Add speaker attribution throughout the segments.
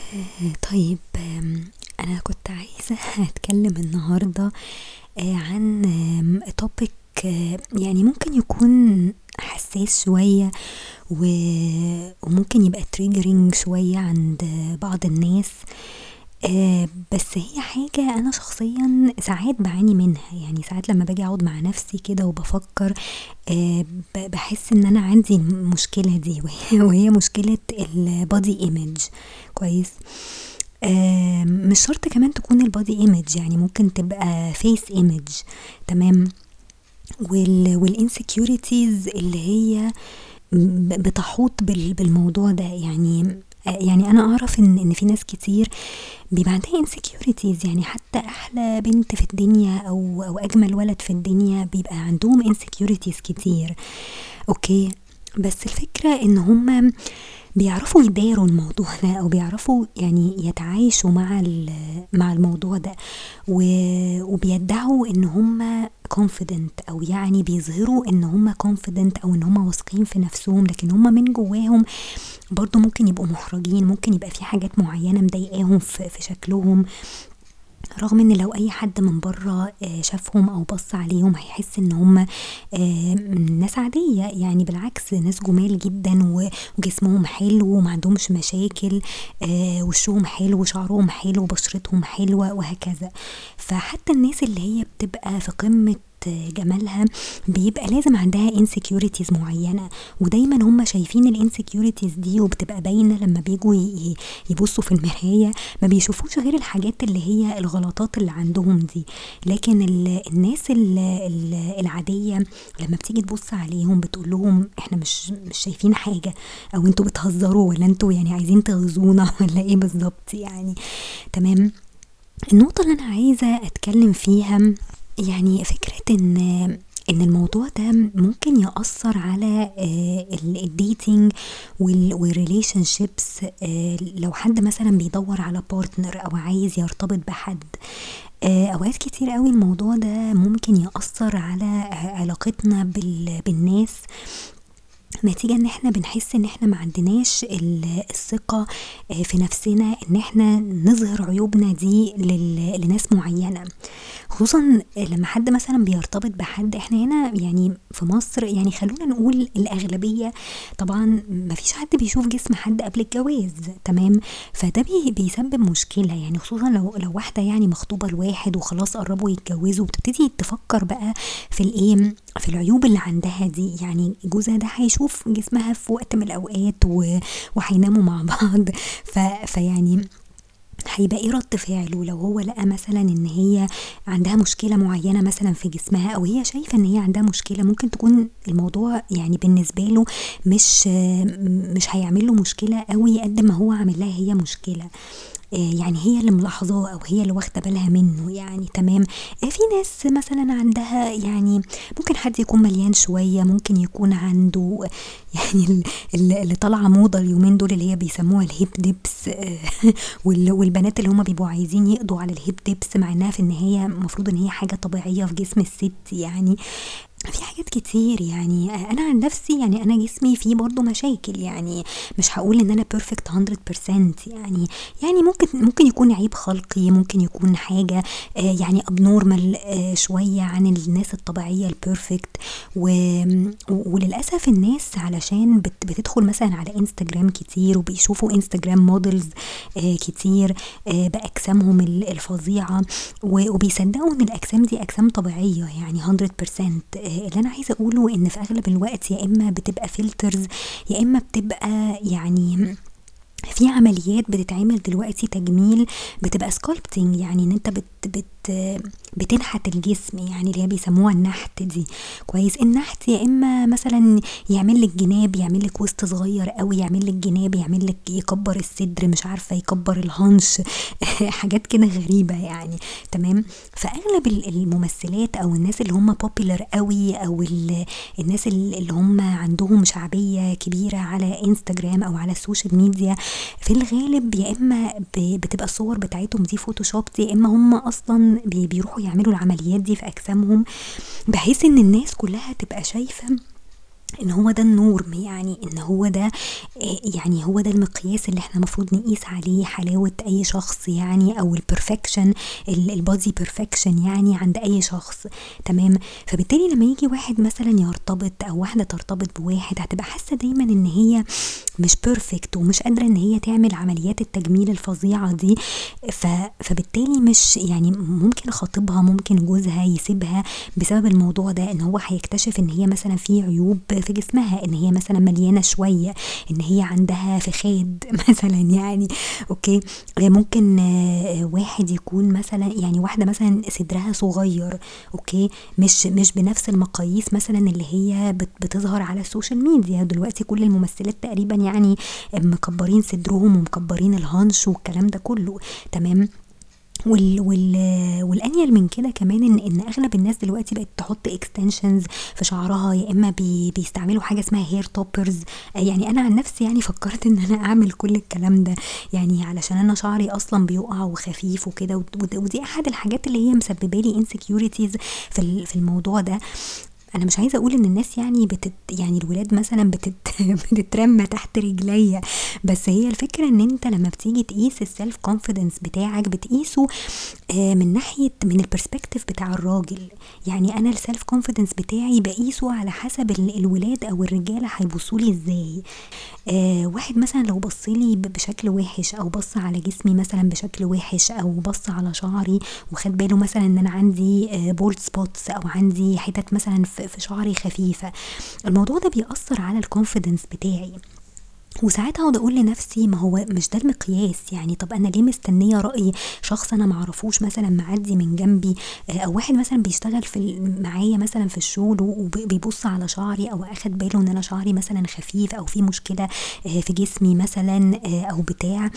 Speaker 1: طيب، أنا كنت عايزة أتكلم النهاردة عن topic، يعني ممكن يكون حساس شوية وممكن يبقى triggering شوية عند بعض الناس. بس هي حاجة أنا شخصيا ساعات بعاني منها، يعني ساعات لما باجي أقعد مع نفسي كده وبفكر بحس إن أنا عندي المشكلة دي، وهي مشكلة البادي ايمج. كويس. مش شرط كمان تكون البادي ايمج، يعني ممكن تبقى فيس ايمج. تمام. والانسكيورتيز اللي هي بتحوط بالموضوع ده، يعني انا اعرف ان في ناس كتير بيبقى عندها insecurities، يعني حتى احلى بنت في الدنيا او اجمل ولد في الدنيا بيبقى عندهم insecurities كتير. اوكي. بس الفكرة ان هم بيعرفوا يداروا الموضوع ده، او بيعرفوا يعني يتعايشوا مع الموضوع ده، وبيدعوا ان هم confident، او يعني بيظهروا ان هم confident او ان هم واثقين في نفسهم، لكن هم من جواهم برضو ممكن يبقوا محرجين، ممكن يبقى في حاجات معينة مضايقاهم في شكلهم، رغم ان لو اي حد من بره شافهم او بص عليهم هيحس ان هم ناس عادية، يعني بالعكس ناس جمال جدا وجسمهم حلو وما عندهمش مشاكل، وشهم حلو وشعرهم حلو وبشرتهم حلوة وهكذا. فحتى الناس اللي هي بتبقى في قمة جمالها بيبقى لازم عندها insecurities معينة، ودايما هم شايفين الانسكيورتيز دي وبتبقى باينة لما بيجوا يبصوا في المراية، ما بيشوفوش غير الحاجات اللي هي الغلطات اللي عندهم دي. لكن الناس العادية لما بتيجي تبص عليهم بتقول لهم احنا مش شايفين حاجة، او انتوا بتهزروا، ولا انتوا يعني عايزين تغزونا ولا ايه بالظبط يعني. تمام. النقطة اللي انا عايزة اتكلم فيها، يعني فكرة ان الموضوع ده ممكن يأثر على الديتينج والريليشن شيبس. لو حد مثلا بيدور على بارتنر او عايز يرتبط بحد، اوقات كتير قوي الموضوع ده ممكن يأثر على علاقتنا بالناس، نتيجة ان احنا بنحس ان احنا ما عندناش الثقة في نفسنا، ان احنا نظهر عيوبنا دي لناس معينة. خصوصا لما حد مثلا بيرتبط بحد، احنا هنا يعني في مصر، يعني خلونا نقول الأغلبية طبعا ما فيش حد بيشوف جسم حد قبل الجواز. تمام. فده بيسبب مشكلة، يعني خصوصا لو واحدة يعني مخطوبة لواحد وخلاص قربوا يتجوزوا، وبتبتدي تفكر بقى في الايه، في العيوب اللي عندها دي. يعني جوزها ده هيشوف جسمها في وقت من الأوقات وهيناموا مع بعض. فيعني هيبقى ايه رد فعله لو هو لقى مثلا ان هي عندها مشكلة معينة مثلا في جسمها، او هي شايفة ان هي عندها مشكلة ممكن تكون الموضوع يعني بالنسبة له مش هيعمل له مشكلة قوي قد ما هو عامل لها هي مشكلة. يعني هي اللي ملاحظاه او هي اللي واخده بالها منه يعني. تمام. في ناس مثلا عندها يعني ممكن حد يكون مليان شويه، ممكن يكون عنده يعني اللي طالعه موضه اليومين دول اللي هي بيسموها الهيب ديبس. والبنات اللي هم بيبقوا عايزين يقضوا على الهيب ديبس، مع انها في النهايه المفروض ان هي حاجه طبيعيه في جسم الست يعني. في حاجات كتير، يعني انا عن نفسي يعني انا جسمي فيه برضو مشاكل، يعني مش هقول ان انا بيرفكت 100%، يعني ممكن يكون عيب خلقي، ممكن يكون حاجة يعني ابنورمال شوية عن الناس الطبيعية البيرفكت. وللأسف الناس علشان بتدخل مثلا على انستجرام كتير وبيشوفوا انستجرام مودلز كتير بأجسامهم الفظيعة، وبيصدقوا ان الأجسام دي أجسام طبيعية يعني 100%. اللي انا عايزه اقوله ان في اغلب الوقت يا اما بتبقى فلترز، يا اما بتبقى يعني في عمليات بتتعمل دلوقتي تجميل، بتبقى سكالبتنج، يعني ان انت بتنحت الجسم، يعني اللي هي بيسموها النحت دي. كويس. النحت يا اما مثلا يعمل لك جناب، يعمل لك وسط صغير قوي، يعمل لك جناب، يعمل لك يكبر الصدر، مش عارفه يكبر الهانش حاجات كده غريبه يعني. تمام. فاغلب الممثلات او الناس اللي هم بوبيلر قوي، او الناس اللي هم عندهم شعبيه كبيره على انستجرام او على السوشيال ميديا، في الغالب يا اما بتبقى الصور بتاعتهم دي فوتوشوب، يا اما هم اصلا بيروحوا يعملوا العمليات دي في اجسامهم، بحيث ان الناس كلها تبقى شايفة ان هو ده النورم، يعني ان هو ده يعني هو ده المقياس اللي احنا المفروض نقيس عليه حلاوة اي شخص يعني، او البرفكشن، البادي بيرفكشن يعني عند اي شخص. تمام. فبالتالي لما يجي واحد مثلا يرتبط او واحدة ترتبط بواحد، هتبقى حاسة دايما ان هي مش بيرفكت ومش قادرة ان هي تعمل عمليات التجميل الفظيعة دي. فبالتالي مش يعني ممكن خطيبها ممكن جوزها يسيبها بسبب الموضوع ده، ان هو هيكتشف ان هي مثلا في عيوب في جسمها، ان هي مثلا مليانة شوية، ان هي عندها فخاد مثلا يعني. اوكي. ممكن واحد يكون مثلا يعني واحدة مثلا صدرها صغير. اوكي. مش بنفس المقاييس مثلا اللي هي بتظهر على السوشيال ميديا دلوقتي. كل الممثلات تقريبا يعني مكبرين صدرهم ومكبرين الهانش والكلام ده كله. تمام. والانيل من كده كمان ان اغلب الناس دلوقتي بقت تحط اكستنشنز في شعرها، يا اما بيستعملوا حاجه اسمها هير توبرز. يعني انا عن نفسي يعني فكرت ان انا اعمل كل الكلام ده، يعني علشان انا شعري اصلا بيقع وخفيف وكده، ودي احد الحاجات اللي هي مسببه لي انسكيورتيز في الموضوع ده. انا مش عايزه اقول ان الناس يعني يعني الولاد مثلا بتترمى تحت رجليا، بس هي الفكره ان انت لما بتيجي تقيس السيلف كونفيدنس بتاعك بتقيسه من ناحيه من البرسبكتيف بتاع الراجل. يعني انا السيلف كونفيدنس بتاعي بقيسه على حسب الولاد او الرجاله هيبصوا لي ازاي. واحد مثلا لو بصلي بشكل وحش، او بص على جسمي مثلا بشكل وحش، او بص على شعري وخد باله مثلا ان انا عندي بولد سبوتس، او عندي حتت مثلا في شعري خفيفة، الموضوع ده بيأثر على الكونفيدنس بتاعي. وساعتها اقعد اقول لنفسي ما هو مش ده المقياس، يعني طب انا ليه مستنيه راي شخص انا معرفوش مثلا معدي من جنبي، او واحد مثلا بيشتغل معايا مثلا في الشغل وبيبص على شعري، او اخد باله ان انا شعري مثلا خفيف او في مشكله في جسمي مثلا او بتاع.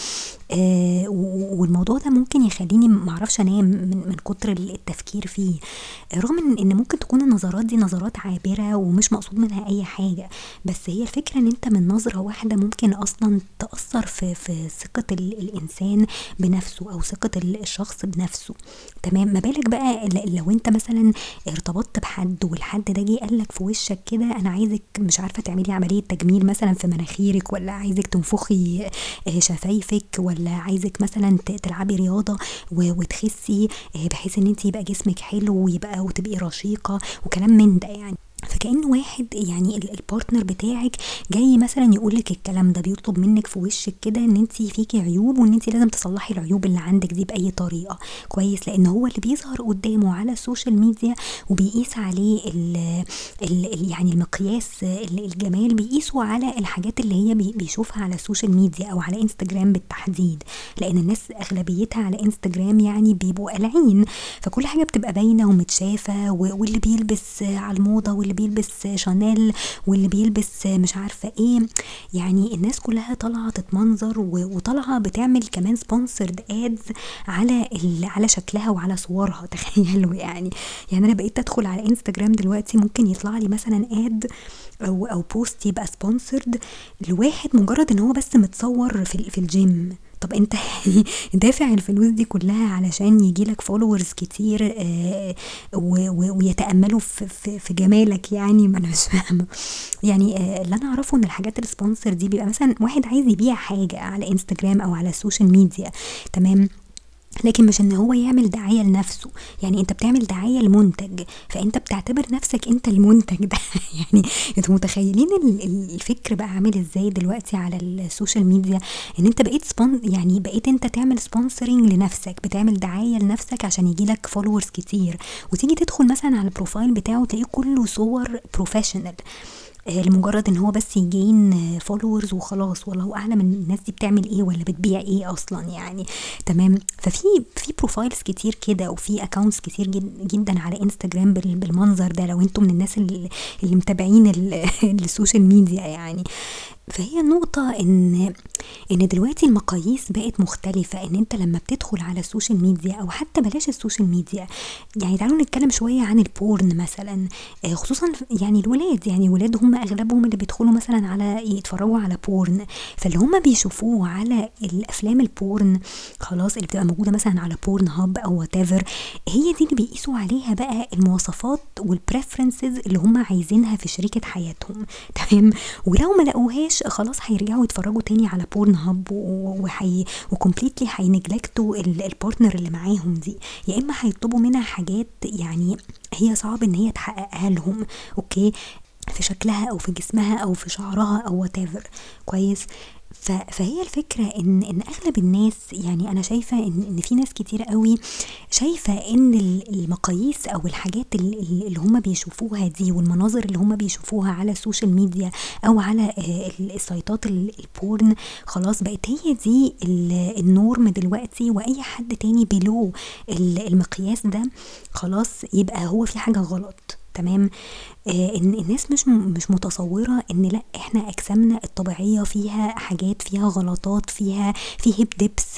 Speaker 1: والموضوع ده ممكن يخليني معرفش انام من كتر التفكير فيه، رغم ان ممكن تكون النظرات دي نظرات عابره ومش مقصود منها اي حاجه. بس هي الفكره ان انت من نظره واحده ممكن اصلا تأثر في ثقة الانسان بنفسه، او ثقة الشخص بنفسه. تمام. ما بالك بقى لو انت مثلا ارتبطت بحد والحد ده جه قالك في وشك كده انا عايزك مش عارفة تعملي عملية تجميل مثلا في مناخيرك، ولا عايزك تنفخي شفايفك، ولا عايزك مثلا تلعبي رياضة وتخسي بحيث ان انت يبقى جسمك حلو ويبقى وتبقي رشيقة وكلام من ده يعني. فكأن واحد يعني البارتنر بتاعك جاي مثلا يقولك الكلام ده، بيطلب منك في وشك كده ان انت فيكي عيوب وان انت لازم تصلحي العيوب اللي عندك دي بأي طريقة. كويس. لان هو اللي بيظهر قدامه على السوشيال ميديا وبيقيس عليه يعني المقياس الجمال بيقيسوا على الحاجات اللي هي بيشوفها على السوشيال ميديا او على انستجرام بالتحديد، لان الناس اغلبيتها على انستجرام يعني بيبقوا قلعين، فكل حاجة بتبقى باينة ومتشافة، واللي بيلبس على الموضة واللي بيلبس شانيل واللي بيلبس مش عارفة ايه، يعني الناس كلها طالعة تتمنظر وطالعة بتعمل كمان سبونسرد ادز على شكلها وعلى صورها. تخيلوا يعني. يعني انا بقيت ادخل على انستجرام دلوقتي ممكن يطلع لي مثلا اد او بوست يبقى سبونسرد لواحد مجرد ان هو بس متصور في الجيم. طب انت دافع الفلوس دي كلها علشان يجيلك فولورز كتير ويتأملوا في جمالك يعني؟ ما انا مش فاهمه يعني. اللي انا اعرفه ان الحاجات السبونسر دي بيبقى مثلا واحد عايز يبيع حاجه على انستجرام او على السوشيال ميديا. تمام. لكن مش ان هو يعمل دعاية لنفسه. يعني انت بتعمل دعاية لمنتج، فانت بتعتبر نفسك انت المنتج ده. يعني انتوا متخيلين الفكر بقى عامل ازاي دلوقتي على السوشيال ميديا؟ ان انت بقيت يعني بقيت انت تعمل سبونسرنج لنفسك، بتعمل دعاية لنفسك عشان يجيلك فولورز كتير، وتيجي تدخل مثلا على البروفايل بتاعه تلاقيه كله صور بروفيشنال لمجرد ان هو بس يجين فولورز وخلاص، والله اعلم ان الناس دي بتعمل ايه ولا بتبيع ايه اصلا يعني. تمام. ففي بروفايلز كتير كده وفي اكاونتس كتير جدا على انستجرام بالمنظر ده، لو انتم من الناس اللي متابعين السوشيال ميديا يعني. فهي النقطة ان دلوقتي المقاييس بقت مختلفة، ان انت لما بتدخل على السوشيال ميديا او حتى بلاش السوشيال ميديا، يعني تعالوا نتكلم شوية عن البورن مثلا. خصوصا يعني الولاد، يعني الولاد هم اغلبهم اللي بيدخلوا مثلا على يتفرجوا على بورن، فاللي هم بيشوفوه على الافلام البورن خلاص اللي بتبقى موجودة مثلا على بورن هاب او whatever، هي دي اللي بيقيسوا عليها بقى المواصفات والبريفرنسز اللي هم عايزينها في شريكة حياتهم. تمام. ولو ما لقوهاش خلاص هيرجعوا يتفرجوا تاني على بورن هاب وكومبليتلي هينجلكتوا البارتنر اللي معاهم دي، يا اما هيطلبوا منها حاجات يعني هي صعب ان هي تحققها لهم، اوكي، في شكلها او في جسمها او في شعرها او whatever. كويس. فهي الفكرة ان اغلب الناس، يعني انا شايفة ان في ناس كتير قوي شايفة ان المقاييس او الحاجات اللي هم بيشوفوها دي والمناظر اللي هم بيشوفوها على السوشيال ميديا او على السايتات البورن خلاص بقت هي دي النورم دلوقتي، واي حد تاني بلو المقياس ده خلاص يبقى هو في حاجة غلط. تمام. ان الناس مش متصورة ان لا، احنا اجسامنا الطبيعية فيها حاجات، فيها غلطات، فيه هيب ديبس،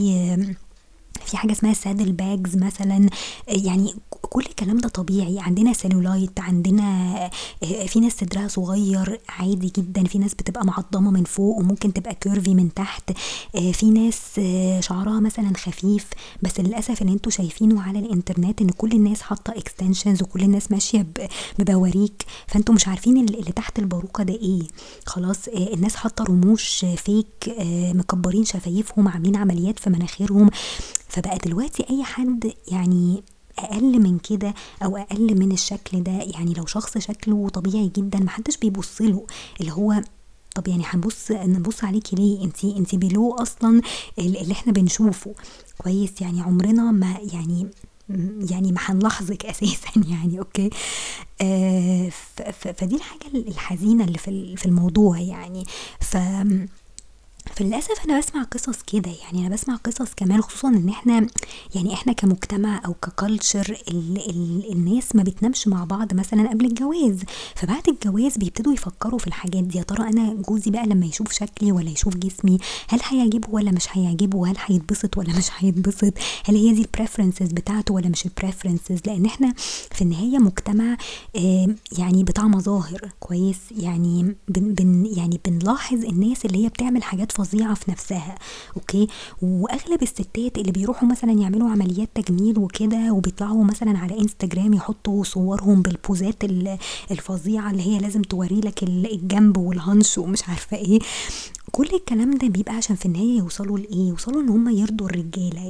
Speaker 1: في حاجة اسمها سادل باجز مثلا، يعني كل الكلام ده طبيعي. عندنا سيلولايت، عندنا في ناس صدرها صغير عادي جدا، في ناس بتبقى معضمة من فوق وممكن تبقى كيرفي من تحت، في ناس شعرها مثلا خفيف. بس للأسف اللي انتوا شايفينه على الانترنت ان كل الناس حاطة اكستنشنز وكل الناس ماشية ببواريك، فانتوا مش عارفين اللي تحت الباروكة ده ايه. خلاص الناس حاطة رموش فيك، مكبرين شفايفهم، عاملين عمليات في مناخيرهم. فبقى دلوقتي اي حد يعني اقل من كده او اقل من الشكل ده، يعني لو شخص شكله طبيعي جدا محدش بيبصله، اللي هو طب يعني نبص عليكي ليه؟ انتي بلو اصلا اللي احنا بنشوفه. كويس. يعني عمرنا ما يعني ما هنلاحظك اساسا يعني. اوكي. فدي الحاجة الحزينة اللي في الموضوع يعني. فللأسف أنا بسمع قصص كده، يعني أنا بسمع قصص كمان، خصوصا إن إحنا كمجتمع أو ككالتشر الناس ما بتنامش مع بعض مثلا قبل الجواز، فبعد الجواز بيبتدوا يفكروا في الحاجات دي. يا ترى أنا جوزي بقى لما يشوف شكلي ولا يشوف جسمي هل هيعجبه ولا مش هيعجبه؟ هل هيتبسط ولا مش هيتبسط؟ هل هي دي البريفرنسز بتاعته ولا مش البريفرنسز؟ لأن إحنا في النهاية مجتمع يعني بتاع مظاهر. كويس. يعني يعني بنلاحظ الناس اللي هي بتعمل حاجات فظيعة في نفسها. اوكي. واغلب الستات اللي بيروحوا مثلا يعملوا عمليات تجميل وكده وبيطلعوا مثلا على انستجرام يحطوا صورهم بالبوزات الفظيعة اللي هي لازم توري لك الجنب والهنش ومش عارفة ايه، كل الكلام ده بيبقى عشان في النهاية يوصلوا لايه؟ يوصلوا ان هم يرضوا الرجالة.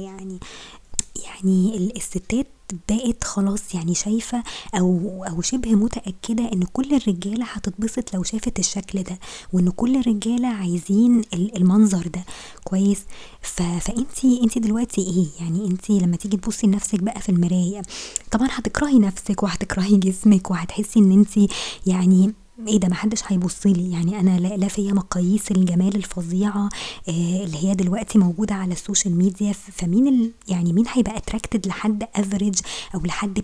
Speaker 1: يعني الستات بقت خلاص يعني شايفة او شبه متأكدة ان كل الرجالة هتتبسط لو شافت الشكل ده، وان كل الرجالة عايزين المنظر ده. كويس. فانتي دلوقتي ايه؟ يعني انتي لما تيجي تبصي لنفسك بقى في المراية طبعا هتكرهي نفسك وهتكرهي جسمك وهتحسي ان انتي يعني ايه ده، محدش هيبصلي. يعني انا لا فيا مقاييس الجمال الفظيعة اللي هي دلوقتي موجودة على السوشيال ميديا. فمين يعني مين هيبقى اتراكتد لحد افريج او لحد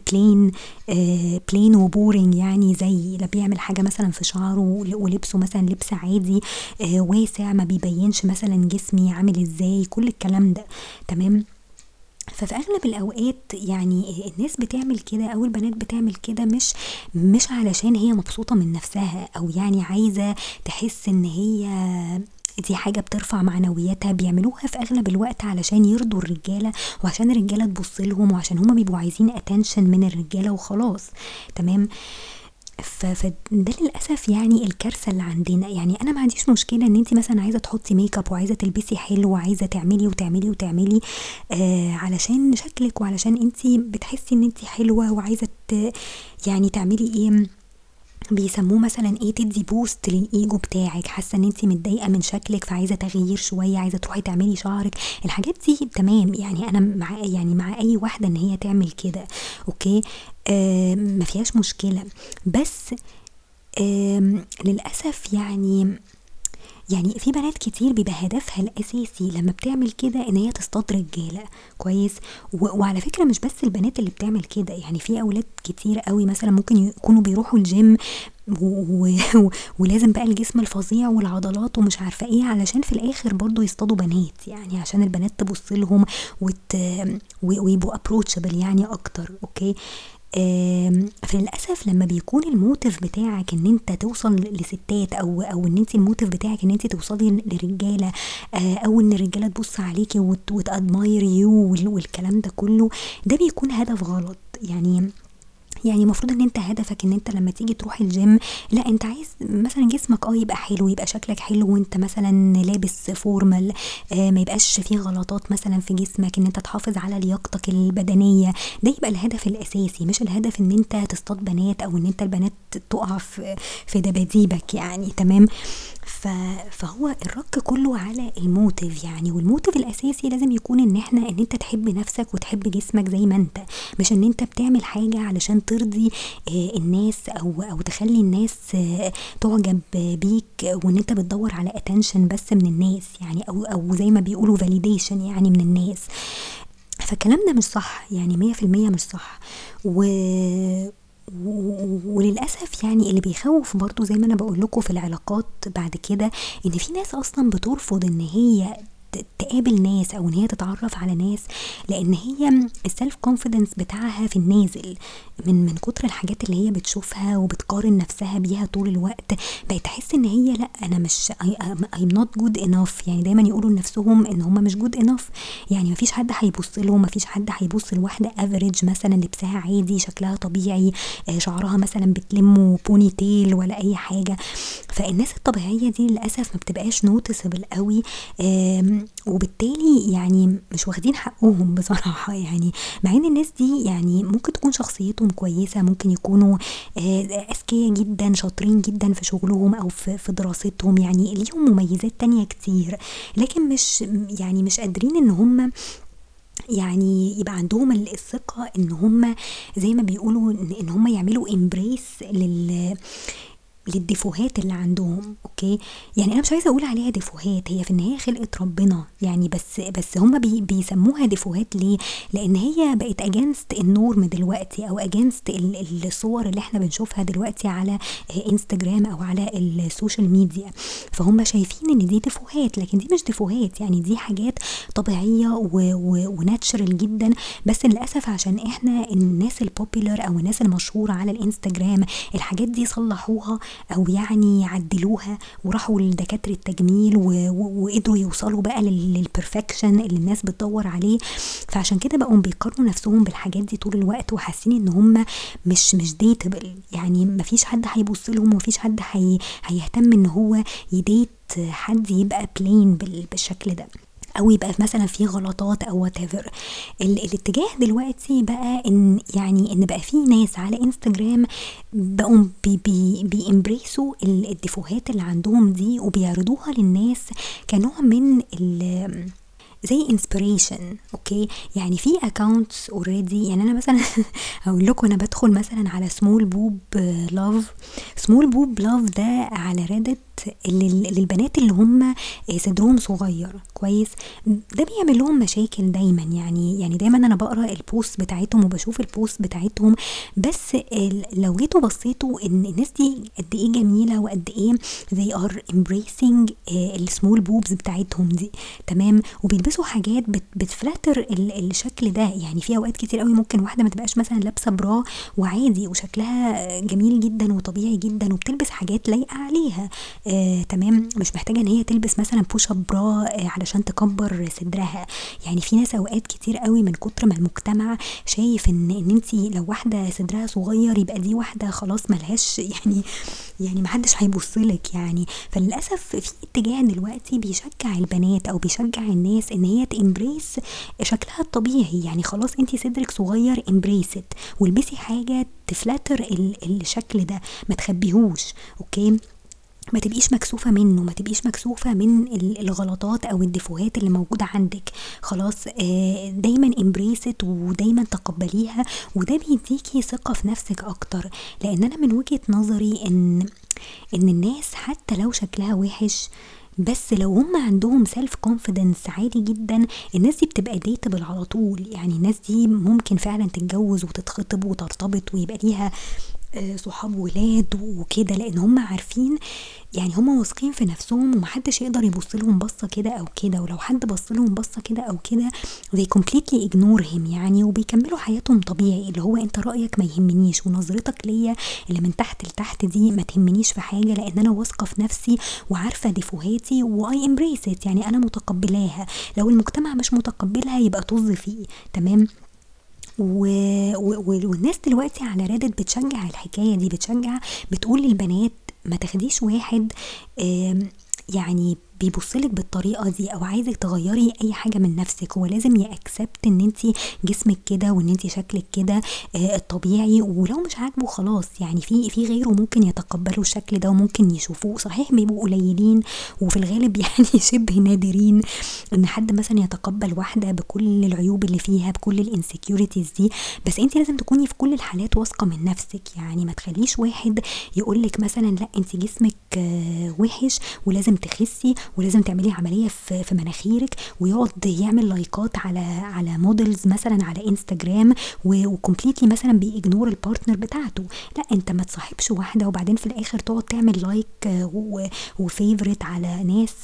Speaker 1: بلين وبورينج، يعني زي لا بيعمل حاجة مثلا في شعره ولبسه مثلا لبس عادي واسع ما بيبينش مثلا جسمي عامل ازاي، كل الكلام ده. تمام. ففي اغلب الاوقات يعني الناس بتعمل كده او البنات بتعمل كده مش علشان هي مبسوطة من نفسها او يعني عايزة تحس ان هي دي حاجة بترفع معنوياتها، بيعملوها في اغلب الوقت علشان يرضوا الرجالة وعشان الرجالة تبص لهم وعشان هما بيبقوا عايزين اتنشن من الرجالة وخلاص. تمام. فده للاسف يعني الكارثه اللي عندنا. يعني انا ما عنديش مشكله ان انت مثلا عايزه تحطي ميك اب وعايزه تلبسي حلو وعايزه تعملي وتعملي وتعملي علشان شكلك وعلشان انت بتحسي ان انت حلوه وعايزه يعني تعملي ايه بيسموه مثلا ايه، تدي بوست للايجو بتاعك، حاسه ان انت متضايقه من شكلك فعايزه تغيير شويه، عايزه تروحي تعملي شعرك. الحاجات دي تمام، يعني انا مع اي واحده ان هي تعمل كده. اوكي. ما فيهاش مشكله. بس للاسف يعني في بنات كتير بيبقى هدفها الاساسي لما بتعمل كده ان هي تصطاد رجاله. كويس. وعلى فكره مش بس البنات اللي بتعمل كده، يعني في اولاد كتير قوي مثلا ممكن يكونوا بيروحوا الجيم ولازم بقى الجسم الفظيع والعضلات ومش عارفه ايه، علشان في الاخر برضو يصطادوا بنات، يعني عشان البنات تبص لهم ويبقوا ابروتشابل يعني اكتر. اوكي. فللاسف لما بيكون الموتيف بتاعك ان انت توصل لستات، او ان انت الموتيف بتاعك ان انت توصلي لرجاله، او ان الرجاله تبص عليكي وتادماير يو والكلام ده كله، ده بيكون هدف غلط. يعني المفروض ان انت هدفك ان انت لما تيجي تروح الجيم، لا انت عايز مثلا جسمك يبقى حلو، يبقى شكلك حلو وانت مثلا لابس فورمال، ما يبقاش فيه غلطات مثلا في جسمك، ان انت تحافظ على لياقتك البدنية. ده يبقى الهدف الاساسي، مش الهدف ان انت تصطاد بنات او ان انت البنات تقع في دباديبك يعني. تمام. فهو الرك كله على الموتيف يعني، والموتيف الاساسي لازم يكون ان انت تحب نفسك وتحب جسمك زي ما انت، مش ان انت بتعمل حاجة علشان ترضي الناس او تخلي الناس تعجب بيك، وان انت بتدور على اتنشن بس من الناس يعني، او زي ما بيقولوا فاليديشن يعني من الناس. فالكلام ده مش صح يعني، 100% مش صح. وللأسف يعني اللي بيخوف برضو زي ما انا بقول لكم في العلاقات بعد كده، ان في ناس اصلا بترفض ان هي تقابل ناس او ان هي تتعرف على ناس، لان هي السلف كونفيدنس بتاعها في النازل من كتر الحاجات اللي هي بتشوفها وبتقارن نفسها بيها طول الوقت. بقت تحس ان هي لا انا مش I'm not good enough، يعني دايما يقولوا لنفسهم ان هم مش good enough، يعني مفيش حد هيبص لهم، مفيش حد هيبص لواحده افريج مثلا لبسها عادي شكلها طبيعي، شعرها مثلا بتلمه بوني تيل ولا اي حاجه. فالناس الطبيعيه دي للاسف ما بتبقاش نوتسبل قوي، وبالتالي يعني مش واخدين حقهم بصراحة يعني. مع ان الناس دي يعني ممكن تكون شخصيتهم كويسة، ممكن يكونوا اذكياء جدا، شاطرين جدا في شغلهم او في دراستهم، يعني ليهم مميزات تانية كتير، لكن مش قادرين ان هم يعني يبقى عندهم الثقة ان هم زي ما بيقولوا ان هم يعملوا امبريس للديفوهات اللي عندهم. اوكي. يعني انا مش عايزه اقول عليها ديفوهات، هي في النهايه خلقه ربنا يعني، بس هم بيسموها ديفوهات ليه؟ لان هي بقت اجينست النورم دلوقتي، او اجينست الصور اللي احنا بنشوفها دلوقتي على انستجرام او على السوشيال ميديا. فهم شايفين ان دي ديفوهات، لكن دي مش ديفوهات، يعني دي حاجات طبيعيه وناتشرال جدا. بس للاسف عشان احنا الناس البوبيلر او الناس المشهوره على الانستجرام، الحاجات دي صلحوها او يعني عدلوها وراحوا لدكاتره التجميل وقدروا يوصلوا بقى للبرفكشن اللي الناس بتدور عليه. فعشان كده بقوا بيقارنوا نفسهم بالحاجات دي طول الوقت، وحاسين ان هم مش ديتبل، يعني مفيش حد هيبص لهم، ومفيش حد هيهتم ان هو يديت حد يبقى بلين بالشكل ده، او يبقى مثلا في غلطات او whatever. الاتجاه دلوقتي بقى ان بقى في ناس على انستجرام بقوا بيمبريسوا الديفوهات اللي عندهم دي، وبيعرضوها للناس كنوع من زي انسبيريشن. اوكي. يعني في اكاونتس اوريدي، يعني انا مثلا هقول لكم انا بدخل مثلا على سمول بوب لاف ده على ريدت للبنات اللي هم صدرهم صغير كويس. ده بيعمل لهم مشاكل دايما، يعني دايما انا بقرا البوست بتاعتهم وبشوف البوست بتاعتهم، بس لو جيتوا بصيتوا ان الناس دي قد ايه جميله وقد ايه they are embracing السمول بوبز بتاعتهم دي. تمام. وبيلبسوا حاجات بتفلاتر الشكل ده، يعني في اوقات كتير قوي ممكن واحده ما تبقاش مثلا لابسه برا وعادي وشكلها جميل جدا وطبيعي جدا، وبتلبس حاجات لايقه عليها. تمام. مش محتاجه ان هي تلبس مثلا بوش اب برا علشان تكبر صدرها. يعني في ناس اوقات كتير قوي من كتر ما المجتمع شايف ان انتي لو واحده صدرها صغير يبقى دي واحده خلاص ملهاش يعني محدش هيبصلك يعني. فللاسف في اتجاه دلوقتي بيشجع البنات او بيشجع الناس ان هي تامبريس شكلها الطبيعي، يعني خلاص انتي صدرك صغير امبريست، والبسي حاجه تفلاتر الشكل ده، ما تخبيهوش. اوكي. ما تبقيش مكسوفة منه، ما تبقيش مكسوفة من الغلطات او الدفوهات اللي موجودة عندك. خلاص دايما امبريست ودايما تقبليها، وده بيديكي ثقة في نفسك اكتر. لان انا من وجهة نظري ان الناس حتى لو شكلها وحش، بس لو هم عندهم سيلف كونفيدنس عالي جدا، الناس دي بتبقى ديتابل على طول. يعني الناس دي ممكن فعلا تتجوز وتتخطب وترتبط ويبقى ليها صحاب ولاد وكده، لان هم عارفين يعني هم واثقين في نفسهم ومحدش يقدر يبص لهم بصة كده او كده، ولو حد بص لهم بصة كده او كده they completely ignore him يعني، وبيكملوا حياتهم طبيعي، اللي هو انت رأيك ما يهمنيش ونظرتك ليا اللي من تحت لتحت دي ما تهمنيش في حاجة، لان انا واثقة في نفسي وعارفة ديفوهاتي واي امبريس ات، يعني انا متقبلاها. لو المجتمع مش متقبلها يبقى طز فيه. تمام. والناس دلوقتي على ريدت بتشجع الحكاية دي، بتشجع بتقول للبنات ما تاخديش واحد يعني بيبصلك بالطريقة دي او عايزك تغيري اي حاجة من نفسك، هو لازم يأكسبت ان انتي جسمك كده وان انتي شكلك كده الطبيعي، ولو مش عاجبه خلاص يعني في غيره ممكن يتقبلوا الشكل ده وممكن يشوفوه. صحيح بيبقوا قليلين وفي الغالب يعني شبه نادرين ان حد مثلا يتقبل واحدة بكل العيوب اللي فيها بكل الانسكيورتيز دي، بس انتي لازم تكوني في كل الحالات واثقة من نفسك. يعني ما تخليش واحد يقولك مثلا لا انتي جسمك وحش ولازم تخسي ولازم تعملي عملية في مناخيرك، ويقعد يعمل لايكات على موديلز مثلا على انستجرام وكومبليتلي مثلا بيجنور البارتنر بتاعته. لا انت ما تصاحبش واحدة وبعدين في الاخر تقعد تعمل لايك وفيفورت على ناس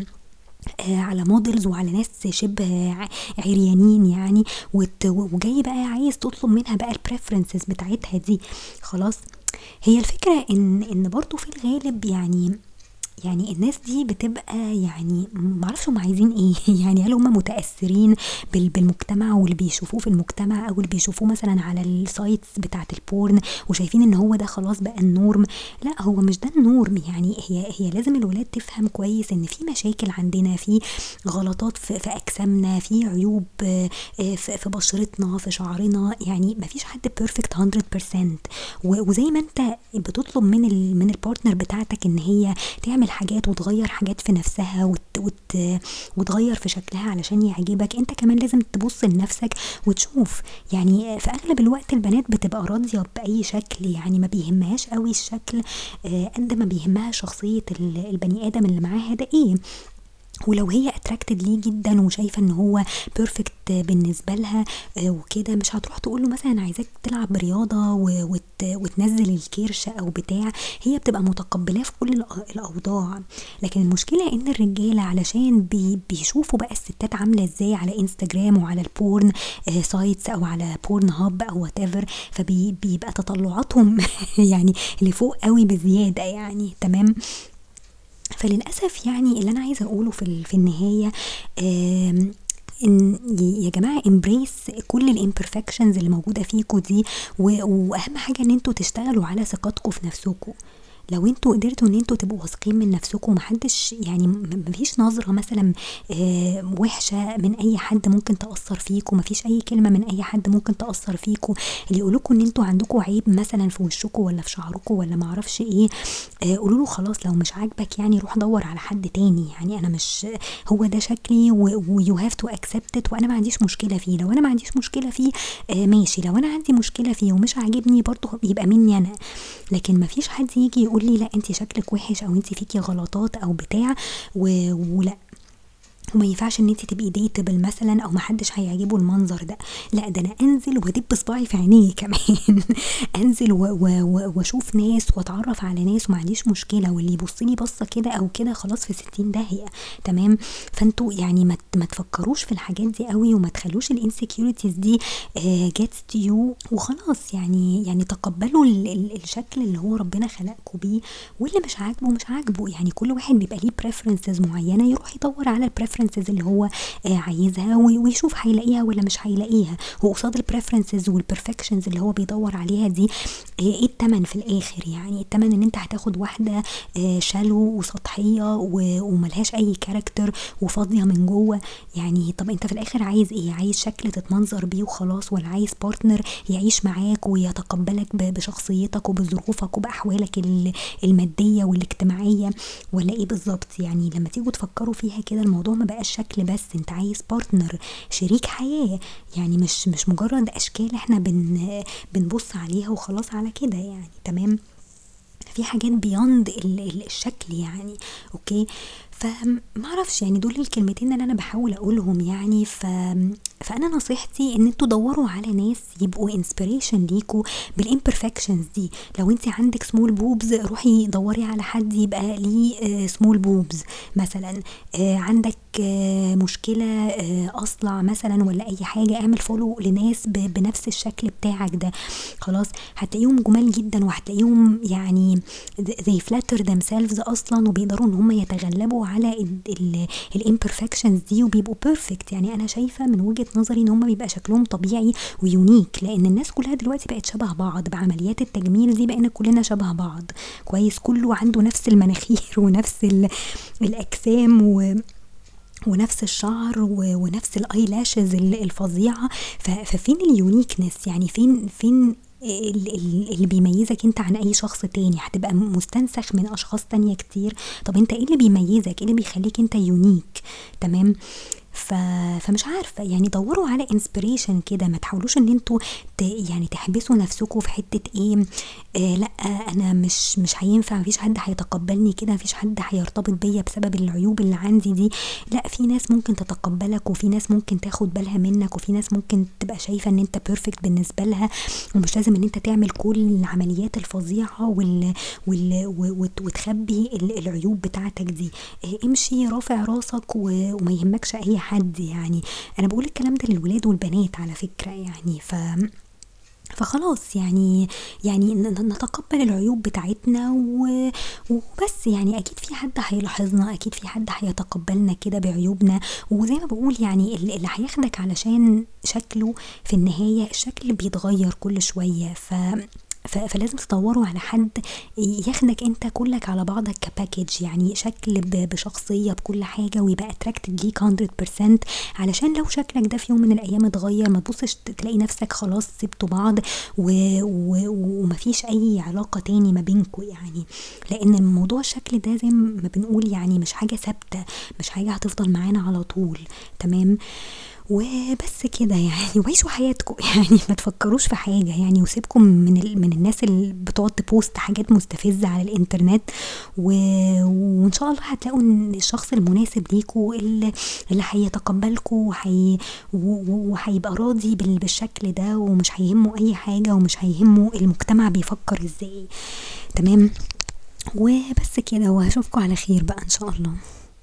Speaker 1: على موديلز وعلى ناس شبه عريانين يعني، وجاي بقى عايز تطلب منها بقى البريفرنسز بتاعتها دي. خلاص. هي الفكرة ان برضو في الغالب يعني الناس دي بتبقى يعني معرفش هم عايزين ايه يعني هل هم متأثرين بالمجتمع واللي بيشوفوه في المجتمع او اللي بيشوفوه مثلا على السايتس بتاعة البورن وشايفين ان هو ده خلاص بقى النورم. لا هو مش ده النورم يعني، هي لازم الولاد تفهم كويس ان في مشاكل عندنا، في غلطات في اجسامنا، في عيوب في بشرتنا في شعرنا، يعني مفيش حد بيرفكت 100%. وزي ما انت بتطلب من البارتنر بتاعتك ان هي تعمل حاجات وتغير حاجات في نفسها وتغير في شكلها علشان يعجبك، انت كمان لازم تبص لنفسك وتشوف. يعني في اغلب الوقت البنات بتبقى راضية بأي شكل، يعني ما بيهمهاش قوي الشكل قد ما بيهمها شخصية البني ادم اللي معاها ده ايه. ولو هي اتراكتد ليه جدا وشايفه ان هو بيرفكت بالنسبه لها وكده، مش هتروح تقول له مثلا عايزاك تلعب رياضه وتنزل الكرش او بتاع، هي بتبقى متقبلاه في كل الاوضاع. لكن المشكله ان الرجاله علشان بيشوفوا بقى الستات عامله ازاي على انستجرام وعلى البورن سايتس او على بورن هاب او وات ايفر، فبيبقى تطلعاتهم يعني لفوق قوي بزياده يعني. تمام. فللأسف يعني اللي أنا عايزة أقوله في النهاية ان يا جماعه امبريس كل الامبرفكشنز اللي موجوده فيكو دي، واهم حاجه ان انتوا تشتغلوا على ثقتكم في نفسكم. لو انتوا قدرتوا ان انتوا تبقوا واثقين من نفسكم ومحدش يعني مفيش نظرة مثلا وحشة من اي حد ممكن تأثر فيكم، مفيش اي كلمة من اي حد ممكن تأثر فيكم اللي يقولكوا ان انتوا عندكم عيب مثلا في وشكم ولا في شعركم ولا معرفش ايه، قولوا له خلاص لو مش عاجبك يعني روح دور على حد تاني، يعني انا مش هو ده شكلي ويو هاف تو اكسبت وانا ما عنديش مشكلة فيه. لو انا ما عنديش مشكلة فيه ماشي، لو انا عندي مشكلة فيه ومش عاجبني برضه يبقى مني انا. لكن مفيش حد يجي يقول لي لا انت شكلك وحش او انت فيكي غلطات او بتاع ولا وما ينفعش ان انت تبقي ديتبل مثلا او محدش هيعجبه المنظر ده. لا ده انا انزل وادب صباعي في عينيه كمان انزل واشوف ناس واتعرف على ناس وما عنديش مشكله، واللي يبص لي بصه كده او كده خلاص في 60 داهيه. تمام. فانتوا يعني ما تفكروش في الحاجات دي قوي وما تخلوش الانسكيورتيز دي جيتس تو يو وخلاص. يعني تقبلوا الشكل اللي هو ربنا خلقكم بيه، واللي مش عاجبه مش عاجبه. يعني كل واحد بيبقى ليه بريفرنسز معينه يروح يدور على البريفرنسز اللي هو عايزها ويشوف هيلاقيها ولا مش هيلاقيها. وقصاد البريفرنسز والبرفكشنز اللي هو بيدور عليها دي ايه التمن في الاخر؟ يعني التمن ان انت هتاخد واحده شالو وسطحيه وملهاش اي كاركتر وفاضيه من جوه. يعني طب انت في الاخر عايز ايه؟ عايز شكل تتمنظر بيه وخلاص، ولا عايز بارتنر يعيش معاك ويتقبلك بشخصيتك وبظروفك وباحوالك الماديه والاجتماعيه، ولا ايه بالظبط؟ يعني لما تيجوا تفكروا فيها كده الموضوع ما بقاش شكل بس، انت عايز بارتنر شريك حياه، يعني مش مجرد اشكال احنا بنبص عليها وخلاص على كده يعني. تمام. في حاجات بياند الشكل يعني. اوكي. فمعرفش يعني دول الكلمتين اللي انا بحاول اقولهم يعني. فانا نصيحتي ان انتوا دوروا على ناس يبقوا انسبيريشن ليكوا بالامبرفكشنز دي. لو انت عندك سمول بوبز روحي دوري على حد يبقى ليه سمول بوبز مثلا. عندك مشكلة اصلع مثلا ولا اي حاجة، اعمل فولو لناس بنفس الشكل بتاعك ده، خلاص هتلاقيهم جمال جدا وهتلاقيهم يعني they flatter themselves اصلا، وبيقدروا ان هم يتغلبوا على الامبرفكشنز دي وبيبقوا بيرفكت. يعني انا شايفة من وجهة نظري ان هم بيبقى شكلهم طبيعي ويونيك، لان الناس كلها دلوقتي بقت شبه بعض بعمليات التجميل دي، بقينا كلنا شبه بعض كويس، كله عنده نفس المناخير ونفس الاجسام ونفس الشعر ونفس الاي لاشز الفظيعة. ففين اليونيكنس يعني؟ فين اللي بيميزك انت عن اي شخص تاني؟ هتبقى مستنسخ من اشخاص تانية كتير. طب انت ايه اللي بيميزك؟ ايه اللي بيخليك انت يونيك؟ تمام. فمش عارفة يعني، دوروا على انسبيريشن كده، ما تحاولوش ان انتوا يعني تحبسوا نفسكم في حتة ايه، لا انا مش هينفع، مفيش حد هيتقبلني كده، مفيش حد هيرتبط بيا بسبب العيوب اللي عندي دي. لا، في ناس ممكن تتقبلك، وفي ناس ممكن تاخد بالها منك، وفي ناس ممكن تبقى شايفة ان انت بيرفكت بالنسبة لها، ومش لازم ان انت تعمل كل العمليات الفظيعة وتخبي العيوب بتاعتك دي. امشي رافع راسك وما يهمكش اي حد. يعني انا بقول الكلام ده للولاد والبنات على فكرة يعني. فخلاص يعني نتقبل العيوب بتاعتنا وبس. يعني اكيد في حد هيلاحظنا، اكيد في حد هيتقبلنا كده بعيوبنا. وزي ما بقول يعني اللي هياخدك علشان شكله، في النهاية الشكل بيتغير كل شوية. فلازم تدوروا على حد ياخدك انت كلك على بعضك كباكيج، يعني شكل بشخصية بكل حاجة، ويبقى اتراكتد ليك 100%، علشان لو شكلك ده في يوم من الايام اتغير ما تبصش تلاقي نفسك خلاص سبتوا بعض ومفيش اي علاقة تاني ما بينكوا يعني. لان الموضوع الشكل ده زي ما بنقول يعني مش حاجة ثابتة، مش حاجة هتفضل معانا على طول. تمام. وبس كده يعني، وعيشوا حياتكم يعني ما تفكروش في حاجة يعني، وسيبكم من الناس اللي بتقعد تبوست حاجات مستفزة على الانترنت وان شاء الله هتلاقوا ان الشخص المناسب ليكوا اللي هيتقبلكوا وهيبقى راضي بالشكل ده، ومش هيهمه اي حاجة، ومش هيهمه المجتمع بيفكر ازاي. تمام. وبس كده، وهشوفكم على خير بقى ان شاء الله.